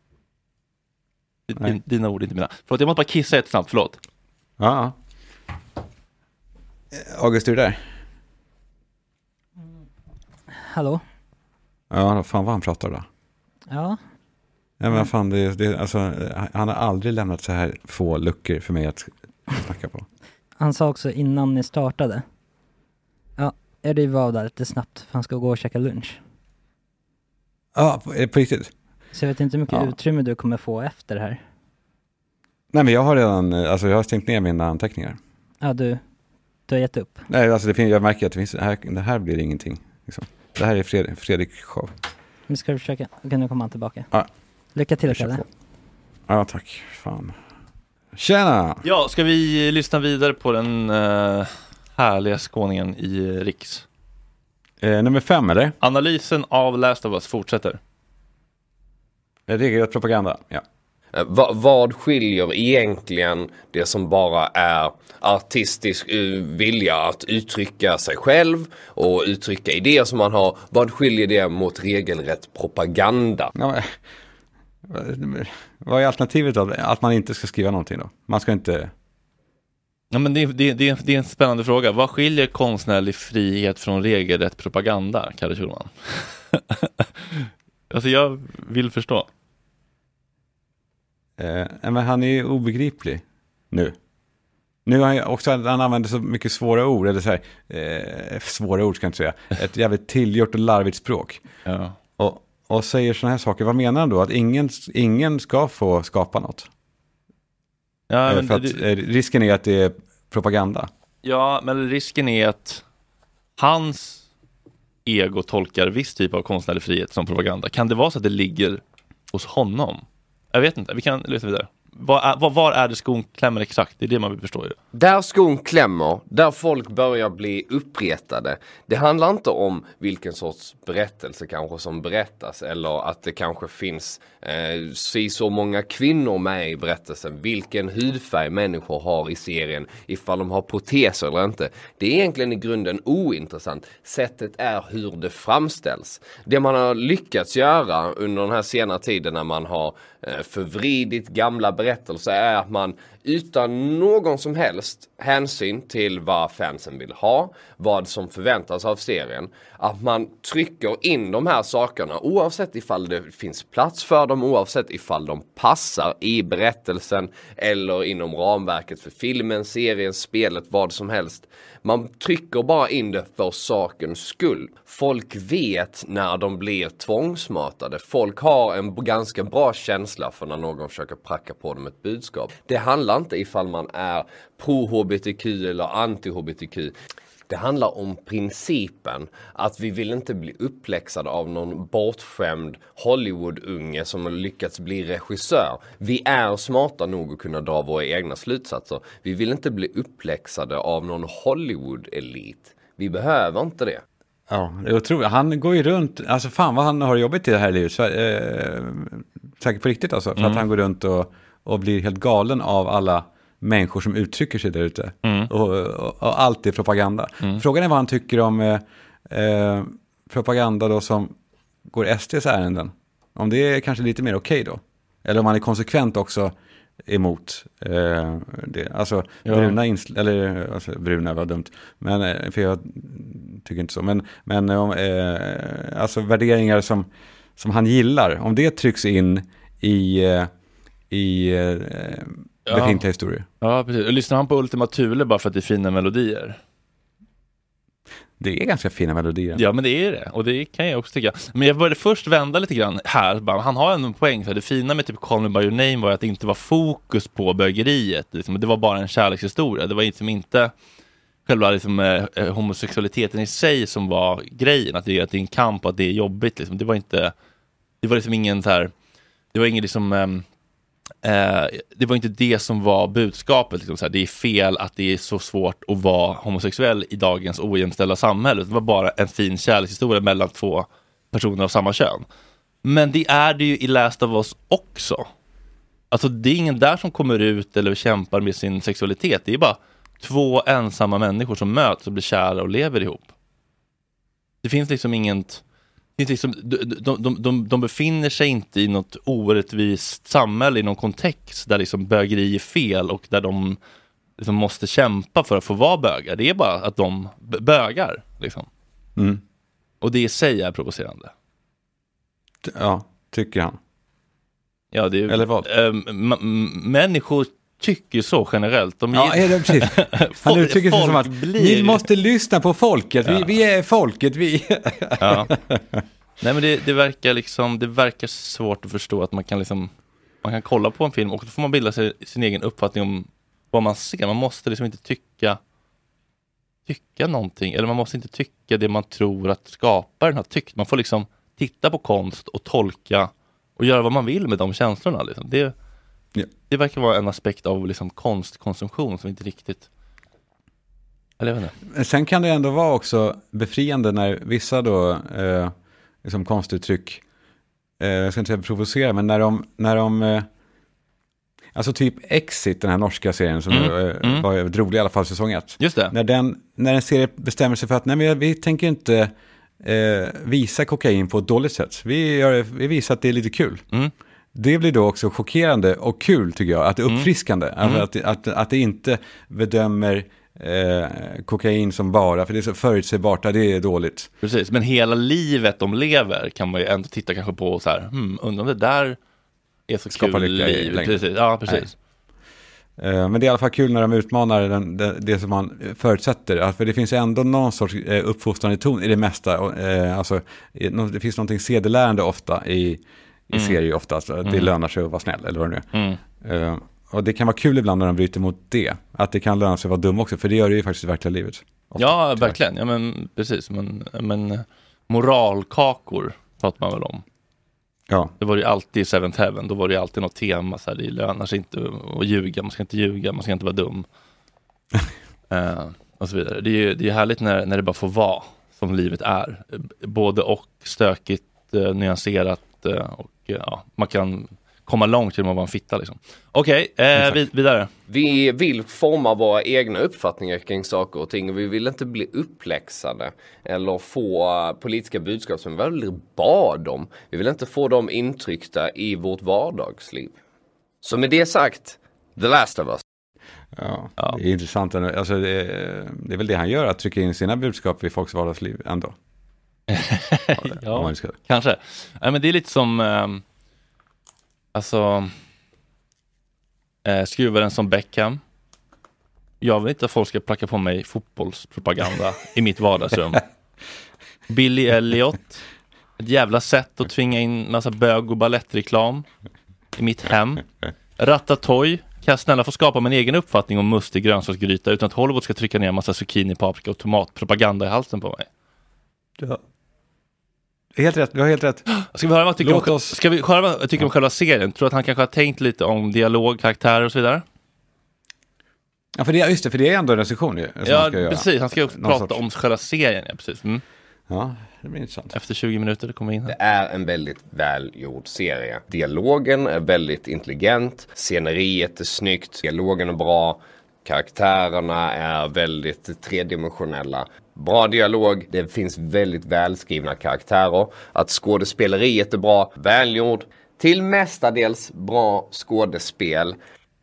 Din, dina ord, inte mina. Förlåt, jag måste bara kissa ett snabbt, förlåt. Ja. August, är du där? Hallå? Ja, fan vad han pratar då. Ja. Ja, men fan, det, det, alltså, han har aldrig lämnat så här få luckor för mig att snacka på. Han sa också innan ni startade. Ja, är det var där lite snabbt för han ska gå och käka lunch. Ja, på, på riktigt. Så jag vet inte hur mycket ja. utrymme du kommer få efter det här. Nej, men jag har redan, alltså jag har stängt ner mina anteckningar. Ja, du, du har gett upp. Nej, alltså det finns, jag märker att det finns, det här, det här blir ingenting. Liksom. Det här är Fredrik, Fredrik show. Men ska du försöka, kan du komma tillbaka? Ja. Lycka till, Kalle. Ja, tack. Fan. Tjena! Ja, ska vi lyssna vidare på den uh, härliga skåningen i Riks? Eh, nummer fem, eller? Analysen av Last of Us fortsätter. Regelrätt propaganda, ja. Va, vad skiljer egentligen det som bara är artistisk vilja att uttrycka sig själv och uttrycka idéer som man har? Vad skiljer det mot regelrätt propaganda? Ja, men, vad är alternativet då? Att man inte ska skriva någonting då? Man ska inte... Ja, men det, det, det, det är en spännande fråga. Vad skiljer konstnärlig frihet från regelrätt propaganda, Kalle Schulman? Alltså jag vill förstå. Eh, men han är ju obegriplig nu. Nu har han också, han använder så mycket svåra ord, eller så här, eh, svåra ord ska jag inte säga. Ett jävligt tillgjort och larvigt språk. Ja. Och, och säger såna här saker. Vad menar han då? Att ingen, ingen ska få skapa något? Ja, eh, men för det, att eh, risken är att det är propaganda. Ja, men risken är att hans ego tolkar viss typ av konstnärlig frihet som propaganda. Kan det vara så att det ligger hos honom? Jag vet inte, vi kan lyssna vidare. Var är, var, var är det skon klämmer exakt? Det är det man vill förstå ju. Där skon klämmer, där folk börjar bli uppretade. Det handlar inte om vilken sorts berättelse kanske som berättas, eller att det kanske finns eh, så, så många kvinnor med i berättelsen, vilken hudfärg människor har i serien, ifall de har proteser eller inte. Det är egentligen i grunden ointressant. Sättet är hur det framställs. Det man har lyckats göra under den här senare tiden när man har eh, förvridit gamla berättelser är att man utan någon som helst hänsyn till vad fansen vill ha, vad som förväntas av serien, att man trycker in de här sakerna oavsett ifall det finns plats för dem, oavsett ifall de passar i berättelsen eller inom ramverket för filmen, serien, spelet, vad som helst. Man trycker bara in det för sakens skull. Folk vet när de blir tvångsmatade. Folk har en ganska bra känsla för när någon försöker pracka på dem ett budskap. Det handlar inte ifall man är pro-H B T Q eller anti-H B T Q. Det handlar om principen att vi vill inte bli uppläxade av någon bortskämd Hollywood-unge som har lyckats bli regissör. Vi är smarta nog att kunna dra våra egna slutsatser. Vi vill inte bli uppläxade av någon Hollywood-elit. Vi behöver inte det. Ja, jag tror han går ju runt, alltså fan vad han har jobbigt i det här livet. Så, eh, säkert på riktigt alltså. För mm. att han går runt och, och blir helt galen av alla människor som uttrycker sig där ute. Mm. Och, och, och allt är propaganda. Mm. Frågan är vad han tycker om eh, eh, propaganda då som går S D:s ärenden. Om det är kanske lite mer okej då. Eller om han är konsekvent också emot eh, det. Alltså Ja. bruna insl- eller alltså, bruna var dumt. Men eh, för jag tycker inte så. Men, men eh, alltså värderingar som, som han gillar, om det trycks in i, eh, i eh, Ja. befintliga historier. Ja, precis. Och lyssnar han på Ultima Thule bara för att det är fina melodier? Det är ganska fina melodier. Ja, men det är det. Och det kan jag också tycka. Men jag började först vända lite grann här. Bara, han har ändå en poäng. För det fina med typ Call Me By Your Name var att det inte var fokus på bögeriet. Liksom. Det var bara en kärlekshistoria. Det var liksom inte själva liksom, eh, homosexualiteten i sig som var grejen. Att det, att det är en kamp och att det är jobbigt. Liksom. Det var inte... Det var liksom ingen så här... Det var ingen liksom... Eh, Eh, det var inte det som var budskapet liksom, så här, det är fel att det är så svårt att vara homosexuell i dagens ojämställda samhälle. Det var bara en fin kärlekshistoria mellan två personer av samma kön. Men det är det ju i Last of Us också. Alltså det är ingen där som kommer ut eller kämpar med sin sexualitet. Det är bara två ensamma människor som möts och blir kära och lever ihop. Det finns liksom inget... Det är liksom, de, de, de, de befinner sig inte i något orättvist samhälle, i någon kontext där liksom bögeri är fel och där de liksom måste kämpa för att få vara bögar. Det är bara att de bögar. Liksom. Mm. Och det i sig är provocerande. Ja, tycker han. Ja, det är, Eller vad? Äh, m- m- människor tycker så generellt. De ja, är det precis. Han uttrycker sig som att blir... ni måste lyssna på folket. Ja. Vi, vi är folket, vi. Ja. Nej, men det, det verkar liksom, det verkar svårt att förstå att man kan liksom, man kan kolla på en film och då får man bilda sig sin egen uppfattning om vad man ser. Man måste liksom inte tycka tycka någonting, eller man måste inte tycka det man tror att skaparen har tyckt. Man får liksom titta på konst och tolka och göra vad man vill med de känslorna liksom. Det Ja. Det verkar vara en aspekt av liksom konstkonsumtion som inte riktigt... Eller jag vet inte. Sen kan det ändå vara också befriande när vissa då eh, liksom konstuttryck, eh, jag ska inte säga provocera, men när de, när de eh, alltså typ Exit, den här norska serien som Mm. eh, Mm. var rolig i alla fall säsong ett. Just det. När, den, när en serie bestämmer sig för att nej, men vi tänker inte eh, visa kokain på ett dåligt sätt. Vi, gör, vi visar att det är lite kul. Mm. Det blir då också chockerande och kul tycker jag, att det är uppfriskande. Mm. Alltså att, att, att det inte bedömer eh, kokain som bara, för det är så förutsägbart, det är dåligt. Precis, men hela livet de lever kan man ju ändå titta kanske på så här, hmm, undrar om det där är så Skapar kul lycka i liv. längden. Precis, ja, precis. Eh, men det är i alla fall kul när de utmanar den, det, det som man förutsätter. För det finns ändå någon sorts eh, uppfostrande ton i det mesta. Eh, alltså, det finns någonting sedelärande ofta i i Mm. serier ofta, alltså, att det Mm. lönar sig att vara snäll, eller vad det nu är. Mm. Uh, och det kan vara kul ibland när de bryter mot det. Att det kan löna sig att vara dum också, för det gör det ju faktiskt i verkliga livet. Ofta, Ja, tyvärr. verkligen. Ja, men precis. Men, men moralkakor pratar man väl om. Ja. Det var ju alltid i Seventh Heaven, då var det ju alltid något tema, så här, det lönar sig inte att ljuga, man ska inte ljuga, man ska inte vara dum. uh, och så vidare. Det är ju det är härligt när, när det bara får vara som livet är. Både och stökigt, uh, nyanserat uh, och uh, ja, man kan komma långt genom att vara en fitta liksom. Okej, okay, eh, vid, vidare. Vi vill forma våra egna uppfattningar kring saker och ting och vi vill inte bli uppläxade eller få politiska budskap som vi väldigt bad om. Vi vill inte få dem intryckta i vårt vardagsliv. Så med det sagt, The Last of Us. Ja, Ja. det är intressant. Alltså, det, är, det är väl det han gör, att trycka in sina budskap i folks vardagsliv ändå. Ja, Om man ska. kanske. Ja, men det är lite som eh, alltså eh, skruvaren som Beckham. Jag vill inte att folk ska placka på mig fotbollspropaganda i mitt vardagsrum. Billy Elliot, ett jävla sätt att tvinga in massa bög- och ballettreklam i mitt hem. Ratatouille, kan jag snälla få skapa min egen uppfattning om mustig grönsaksgryta utan att Hollywood ska trycka ner en massa zucchini, paprika och tomatpropaganda i halsen på mig. Ja. Helt rätt, du har helt rätt. Ska vi höra vad jag tycker, Låt om, oss- ska vi höra vad jag tycker om själva serien? Tror att han kanske har tänkt lite om dialog, karaktärer och så vidare? Ja, för det, just det, för det är ändå en recension ju, som Ja, man ska göra. precis. Han ska ju också Någon prata sorts- om själva serien. Ja, precis. Mm. Ja, det blir intressant. Efter tjugo minuter kommer vi in här. Det är en väldigt välgjord serie. Dialogen är väldigt intelligent. Sceneriet är snyggt. Dialogen är bra. Karaktärerna är väldigt tredimensionella. Bra dialog. Det finns väldigt välskrivna karaktärer. Att skådespeleriet är bra. Välgjord. Till mestadels bra skådespel.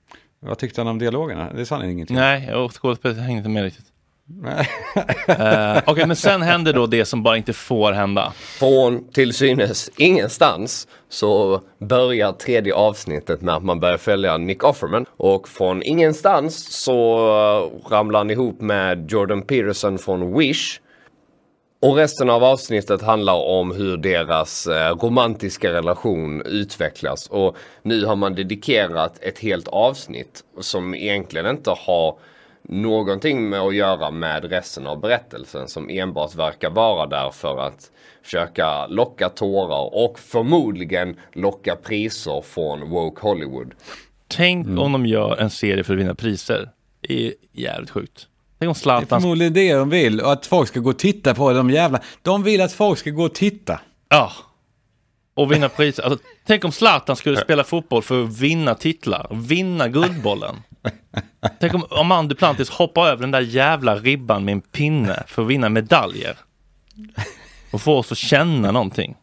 Vad tyckte han om dialogerna? Det sa han ingenting. Nej, jag skådespelet hängde inte med riktigt. uh, Okej, okay, men sen händer då det som bara inte får hända. Från till synes ingenstans så börjar tredje avsnittet med att man börjar följa Nick Offerman. Och från ingenstans så ramlar han ihop med Jordan Peterson från Wish. Och resten av avsnittet handlar om hur deras romantiska relation utvecklas. Och nu har man dedikerat ett helt avsnitt som egentligen inte har någonting med att göra med resten av berättelsen, som enbart verkar vara där för att försöka locka tårar och förmodligen locka priser från woke Hollywood. Tänk mm. om de gör en serie för att vinna priser. Det är jävligt sjukt. Tänk om Zlatan... Det är förmodligen det de vill, och att folk ska gå och titta på de jävla... De vill att folk ska gå och titta. Ja. Och vinna priser. Alltså, tänk om Zlatan skulle spela fotboll för att vinna titlar. Vinna Guldbollen. Tänk om Armand Duplantis hoppar över den där jävla ribban med en pinne för att vinna medaljer. Och få oss att känna någonting.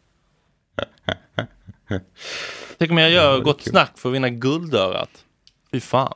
Tänk om jag gör gott snack för att vinna guldörat. Fy fan.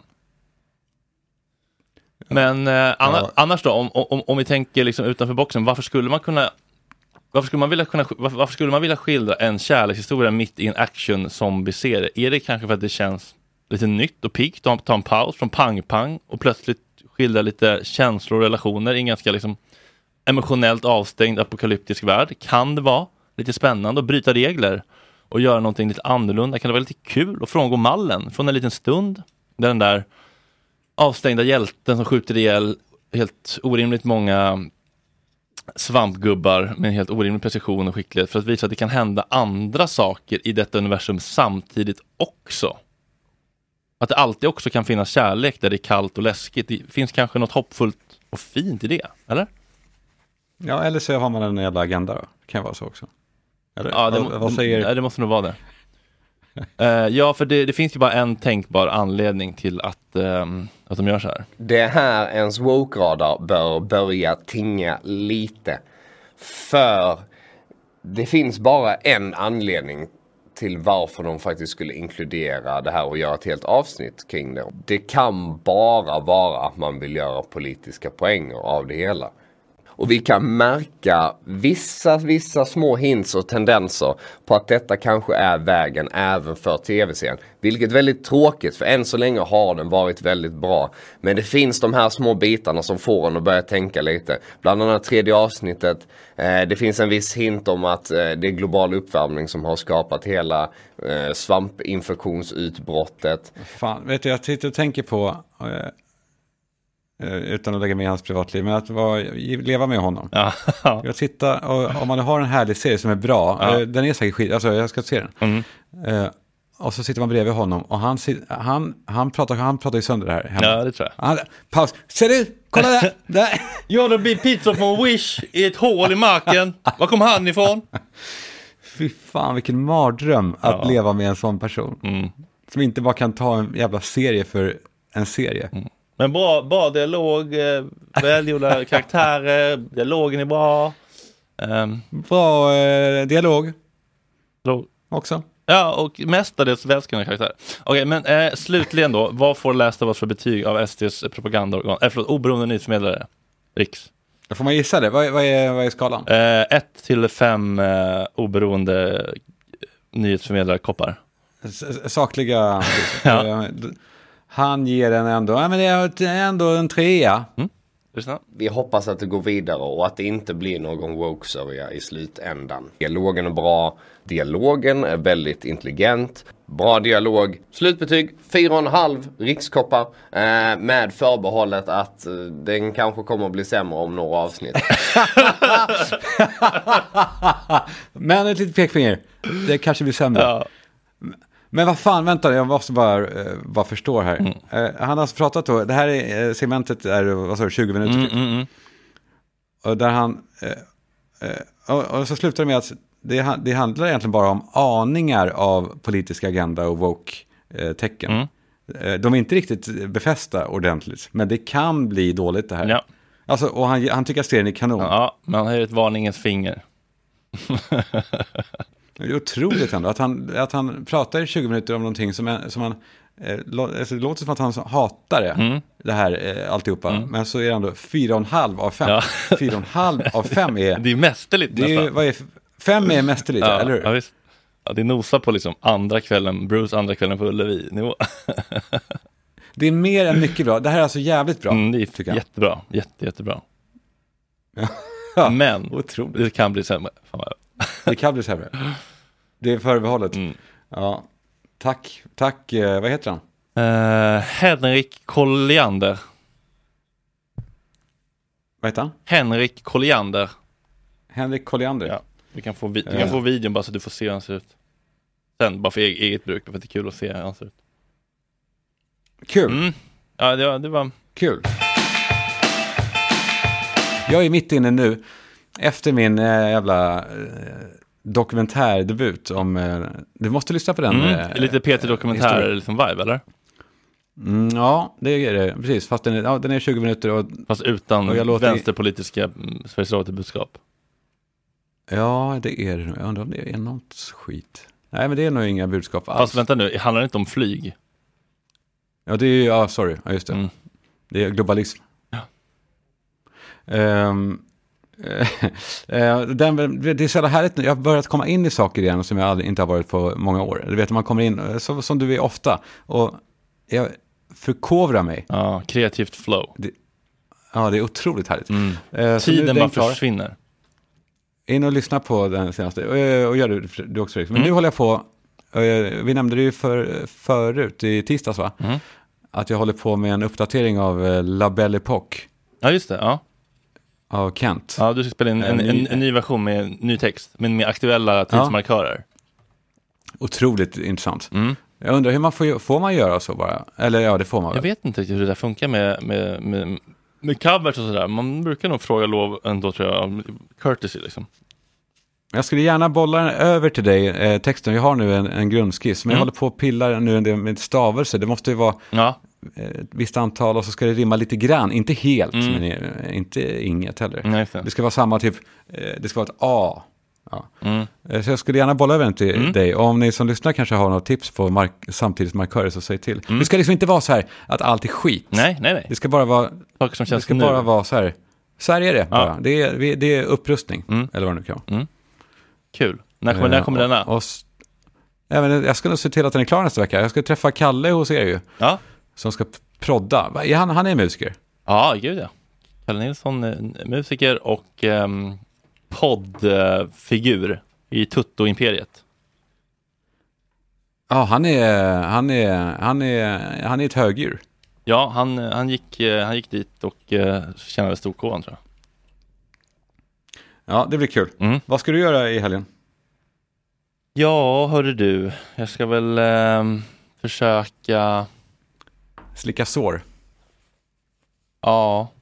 Men eh, anna, annars då, om, om, om vi tänker liksom utanför boxen, varför skulle man kunna varför skulle man vilja kunna varför, varför skulle man vilja skildra en kärlekshistoria mitt i en action zombie-serie? Är det kanske för att det känns lite nytt och piggt och ta en paus från pang-pang och plötsligt skildra lite känslor och relationer i en ganska liksom emotionellt avstängd apokalyptisk värld? Kan det vara lite spännande att bryta regler och göra någonting lite annorlunda? Kan det vara lite kul att frångå mallen från en liten stund där den där avstängda hjälten som skjuter ihjäl helt orimligt många svampgubbar med en helt orimlig precision och skicklighet för att visa att det kan hända andra saker i detta universum samtidigt också. Att det alltid också kan finnas kärlek där det är kallt och läskigt. Det finns kanske något hoppfullt och fint i det, eller? Ja, eller så har man en jävla agenda då. Det kan vara så också. Eller? Ja, det, vad, vad säger... det, det måste nog vara det. uh, ja, för det, det finns ju bara en tänkbar anledning till att, um, att de gör så här. Det här ens woke-radar bör börja tinga lite. För det finns bara en anledning till varför de faktiskt skulle inkludera det här och göra ett helt avsnitt kring det. Det kan bara vara att man vill göra politiska poänger av det hela. Och vi kan märka vissa, vissa små hints och tendenser på att detta kanske är vägen även för tv-serien. Vilket är väldigt tråkigt, för än så länge har den varit väldigt bra. Men det finns de här små bitarna som får en att börja tänka lite. Bland annat tredje avsnittet. Eh, det finns en viss hint om att eh, det är global uppvärmning som har skapat hela eh, svampinfektionsutbrottet. Fan, vet du, jag sitter och tänker på... Eh... utan att lägga med i hans privatliv, men att vara, leva med honom. Ja. Jag tittar, och om man har en härlig serie som är bra, ja. Den är säkert skit, alltså jag ska se den. Mm. Uh, och så sitter man bredvid honom och han, han, han, pratar, han pratar ju sönder det här hemma. Ja, det tror jag. Han, paus, ser du? Kolla där! där. Jag blir pizza från Wish i ett hål i marken. Var kom han ifrån? Fy fan, vilken mardröm att ja. leva med en sån person. Mm. Som inte bara kan ta en jävla serie för en serie. Mm. Men bra, bra dialog, eh, välgjorda karaktärer, dialogen är bra. Um, bra eh, dialog. Dialog. Också. Ja, och mestadels välskrivna karaktärer. Okej, men eh, slutligen då, vad får Last of Us för betyg av S D:s propagandaorgan? Eh, förlåt, oberoende nyhetsförmedlare. Riks. Då får man gissa det. Vad, vad, är, vad är skalan? Eh, ett till fem eh, oberoende nyhetsförmedlare koppar. S- sakliga... ja. Han ger den ändå, ja, men det är ändå en trea. Mm. Vi hoppas att det går vidare och att det inte blir någon woke-sörja i slutändan. Dialogen är bra, dialogen är väldigt intelligent, bra dialog. Slutbetyg, fyra och en halv rikskoppar eh, med förbehållet att eh, den kanske kommer att bli sämre om några avsnitt. Men ett litet pekfinger, det kanske blir sämre. Ja. Men vad fan, vänta, jag måste bara, uh, bara förstå här. Mm. Uh, han har alltså pratat då, det här är, uh, segmentet är, vad sa du, tjugo minuter mm, typ. mm, mm. Och där han, uh, uh, och, och så slutar det med att det, det handlar egentligen bara om aningar av politisk agenda och woke-tecken. Uh, mm. uh, de är inte riktigt befästa ordentligt, men det kan bli dåligt det här. Ja. Alltså, och han, han tycker att serien är kanon. Ja, men han har ett varningens finger. Det är otroligt ändå att han, att han pratar i tjugo minuter om någonting som, är, som han eh, lå, alltså, det låter som att han hatar det, Mm. det här eh, alltihopa. Mm. Men så är det ändå fyra och en halv av fem. Ja. Fyra och en halv av fem är... Det är mästerligt det är, nästan. vad är, fem är mästerligt, Ja, eller hur? ja, visst. Ja, det nosar på liksom andra kvällen, Bruce andra kvällen på Ullevi-nivå. Det är mer än mycket bra. Det här är alltså jävligt bra. Mm, det är tycker jag. jättebra, jätte, jättebra. Ja, Men otroligt. det kan bli sämre. Fan vad... Det kan bli sämre. Det är förbehållet. Mm. Ja. Tack, tack. Eh, vad heter han? Uh, Henrik Colliander. Vad heter han? Henrik Colliander. Henrik Colliander. Ja. Du kan få, vi- du Eh. kan få videon bara så du får se hur han ser ut. Sen, bara för eget, eget bruk, för att det är kul att se hur han ser ut. Kul. Mm. Ja, det var, det var... Kul. Jag är mitt inne nu, efter min äh, jävla äh, dokumentärdebut om... Äh, du måste lyssna på den. Mm. Äh, Lite P T-dokumentär liksom vibe, eller? Mm, ja, det är det. Precis. Fast den är, ja, den är tjugo minuter. Och, Fast utan och jag låter... vänsterpolitiska mm, Sveriges Radio-budskap. Ja, det är det. Jag undrar om det är något skit. Nej, men det är nog inga budskap alls. Fast vänta nu, handlar det inte om flyg? Ja, det är ja, sorry. Ja, just det. Mm. Det är globalism. Ja. Um, den, det är så jävla härligt nu. Jag har börjat komma in i saker igen som jag aldrig, inte har varit på många år. Du vet, man kommer in, så, som du är ofta. Och jag förkovrar mig. Ja, kreativt flow. Det, ja, det är otroligt härligt. Mm. Uh, Tiden bara försvinner. In och lyssna på den senaste. Och, och gör du, du också. Men Mm. nu håller jag på. Vi nämnde det ju för, förut i tisdags, va? Mm. Att jag håller på med en uppdatering av La Belle Époque. Ja, just det. Ja. Av Kent. Ja, du ska spela in en, en, en, en ny version med ny text, men med aktuella tidsmarkörer. Ja. Otroligt intressant. Mm. Jag undrar hur man får, får man göra så bara? Eller ja, det får man väl. Jag vet inte riktigt hur det där funkar med, med, med, med covers och sådär. Man brukar nog fråga lov ändå, tror jag, courtesy liksom. Jag skulle gärna bolla den över till dig, eh, texten. Jag har nu en, en grundskiss, men Mm. jag håller på att pilla nu en del med stavelser. Det måste ju vara ja. ett visst antal och så ska det rimma lite grann. Inte helt, Mm. men eh, inte inget heller. Nej, det ska vara samma typ, eh, det ska vara ett A. Ja. Mm. Eh, Så jag skulle gärna bolla över den till Mm. dig. Och om ni som lyssnar kanske har några tips på mark- samtidigt markörer, så säg till. Mm. Det ska liksom inte vara så här att allt är skit. Nej, nej, nej. Det ska bara vara, Saker som det känns ska nu. bara vara så här. Så här är det Ja. bara. Det är, vi- det är upprustning. Mm. Eller vad det nu kan vara. Mm. Kul. När kommer, när kommer Eh, denna? och, och, s- ja, men jag ska nog se till att den är klar nästa vecka. Jag ska träffa Kalle hos er ju. Ja. Som ska p- prodda. Va, är Han, han är musiker. Ja, gud ja. Kalle Nilsson, eh, musiker och um, poddfigur i Tutto-imperiet. Ja, han är, han är, han är, han är ett högdjur. Ja, han, han, gick, eh, han gick dit och uh, tjänade storkovan, tror jag. Ja, det blir kul. Mm. Vad ska du göra i helgen? Ja, hörru du. Jag ska väl ehm, försöka... Slicka sår. Ja.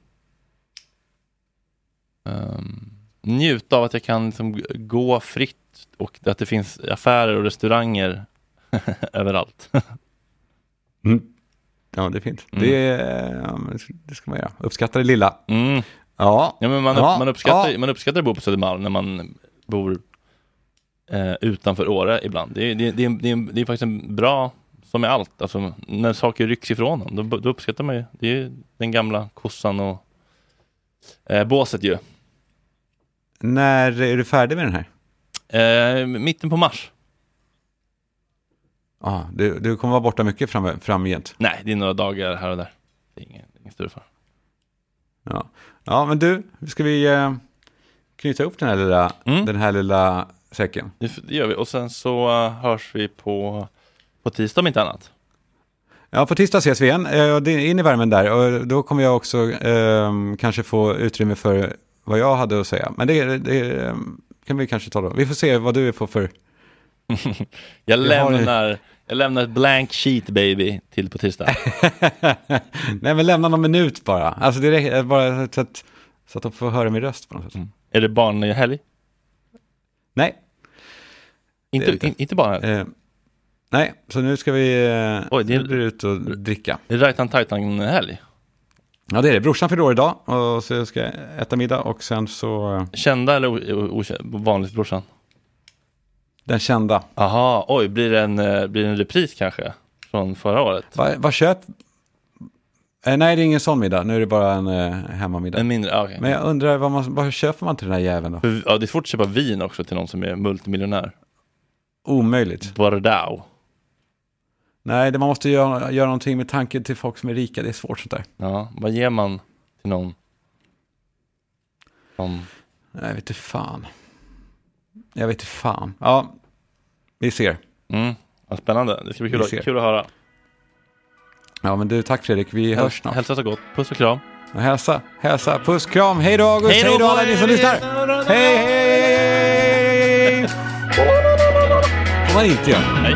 Um, njuta av att jag kan liksom g- gå fritt och att det finns affärer och restauranger överallt. Mm. Ja, det är fint. Mm. Det, är, ja, men det ska man göra. Uppskatta det lilla. Mm. Ja. Ja, men man, Ja. upp, man, uppskattar, Ja. man uppskattar att bo på Södermalm när man bor eh, utanför Åre ibland. Det är, det, är, det, är, det, är, det är faktiskt en bra, som med allt, alltså, när saker rycks ifrån en, då, då uppskattar man ju. Det är ju den gamla kossan och eh, båset ju. När är du färdig med den här? Eh, mitten på mars. Ja, du, du kommer vara borta mycket fram, framgent. Nej, det är några dagar här och där. Det är ingen, ingen större fara. Ja. Ja, men du, ska vi eh, knyta upp den här lilla, Mm. den här lilla säcken? Det, det gör vi. Och sen så uh, hörs vi på, på tisdag om inte annat. Ja, på tisdag ses vi igen. Eh, det är in i värmen där. Och då kommer jag också eh, kanske få utrymme för vad jag hade att säga. Men det, det eh, kan vi kanske ta då. Vi får se vad du är på för... jag, har- lämnar, jag lämnar ett blank sheet baby till på tisdag. Nej, men lämna någon minut bara. Alltså det räcker bara så att, så att de får höra min röst på något sätt. Mm. Är det barn i helg? Nej. Inte, Det är det in, inte barn? Eh, nej, så nu ska vi eh, Oj, det är- nu blir det ut och dricka. Det är Rajtan Tajtan helg. Ja, det är det. Brorsan fyller år idag och så ska jag äta middag och sen så eh, Kända eller o- o- okända? Vanligt brorsan? den kända. Aha, oj, blir det en, eh, blir det en repris kanske? från förra året. Vad va köp... Eh, nej, det är ingen sån middag. Nu är det bara en eh, hemmamiddag. En mindre, okay. Men jag undrar, vad, man, vad köper man till den här jäveln då? För, ja, det är svårt att köpa vin också till någon som är multimiljonär. Omöjligt. Bordeaux. Nej, det, man måste göra, göra någonting med tanke till folk som är rika. Det är svårt sånt där. Ja, vad ger man till någon som... Nej, jag vet inte fan. Jag vet inte fan. Ja, vi ser. Mm, vad spännande. Det ska bli kul, att, kul att höra. Ja, men du, tack Fredrik. Vi hörs snart. Hälsa så gott. Puss och kram. Och hälsa, hälsa. Puss, kram. Hej då, August. Hej då, alla ni som lyssnar. Hej, hej. Får man inte göra. Nej.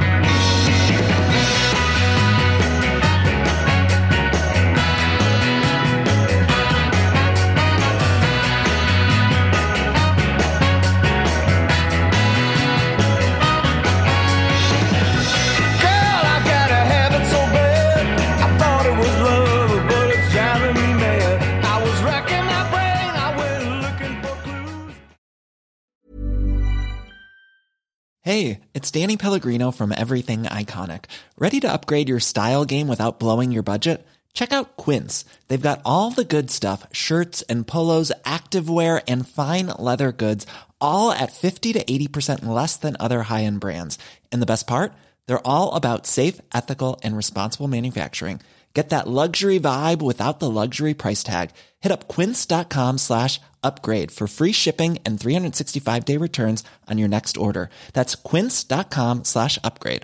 Hey, it's Danny Pellegrino from Everything Iconic. Ready to upgrade your style game without blowing your budget? Check out Quince. They've got all the good stuff, shirts and polos, activewear, and fine leather goods, all at fifty to eighty percent less than other high-end brands. And the best part? They're all about safe, ethical, and responsible manufacturing. Get that luxury vibe without the luxury price tag. Hit up quince.com slash upgrade for free shipping and three sixty-five day returns on your next order. That's quince.com slash upgrade.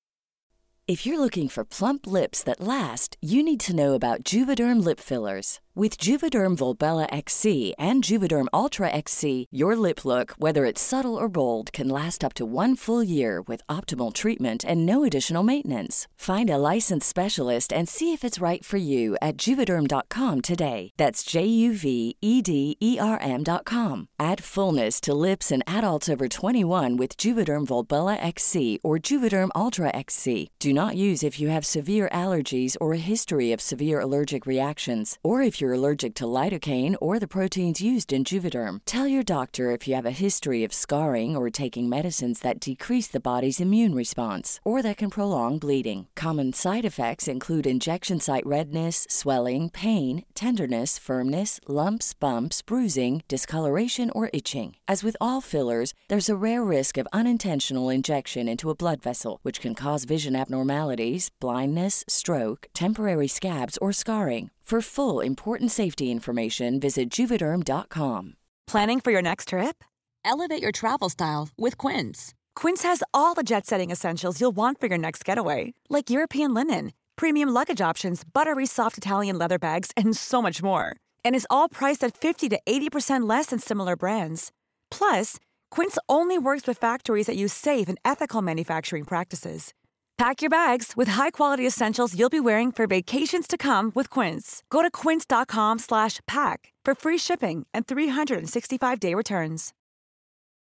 If you're looking for plump lips that last, you need to know about Juvederm lip fillers. With Juvederm Volbella X C and Juvederm Ultra X C, your lip look, whether it's subtle or bold, can last up to one full year with optimal treatment and no additional maintenance. Find a licensed specialist and see if it's right for you at juvederm dot com today. That's J U V E D E R M dot com. Add fullness to lips in adults over twenty-one with Juvederm Volbella X C or Juvederm Ultra X C. Do not use if you have severe allergies or a history of severe allergic reactions, or if you're allergic to lidocaine or the proteins used in Juvederm. Tell your doctor if you have a history of scarring or taking medicines that decrease the body's immune response or that can prolong bleeding. Common side effects include injection site redness, swelling, pain, tenderness, firmness, lumps, bumps, bruising, discoloration, or itching. As with all fillers, there's a rare risk of unintentional injection into a blood vessel, which can cause vision abnormalities, blindness, stroke, temporary scabs, or scarring. For full, important safety information, visit Juvederm dot com. Planning for your next trip? Elevate your travel style with Quince. Quince has all the jet-setting essentials you'll want for your next getaway, like European linen, premium luggage options, buttery soft Italian leather bags, and so much more. And is all priced at fifty to eighty percent less than similar brands. Plus, Quince only works with factories that use safe and ethical manufacturing practices. Pack your bags with high-quality essentials you'll be wearing for vacations to come with Quince. Go to quince.com slash pack for free shipping and three sixty-five day returns.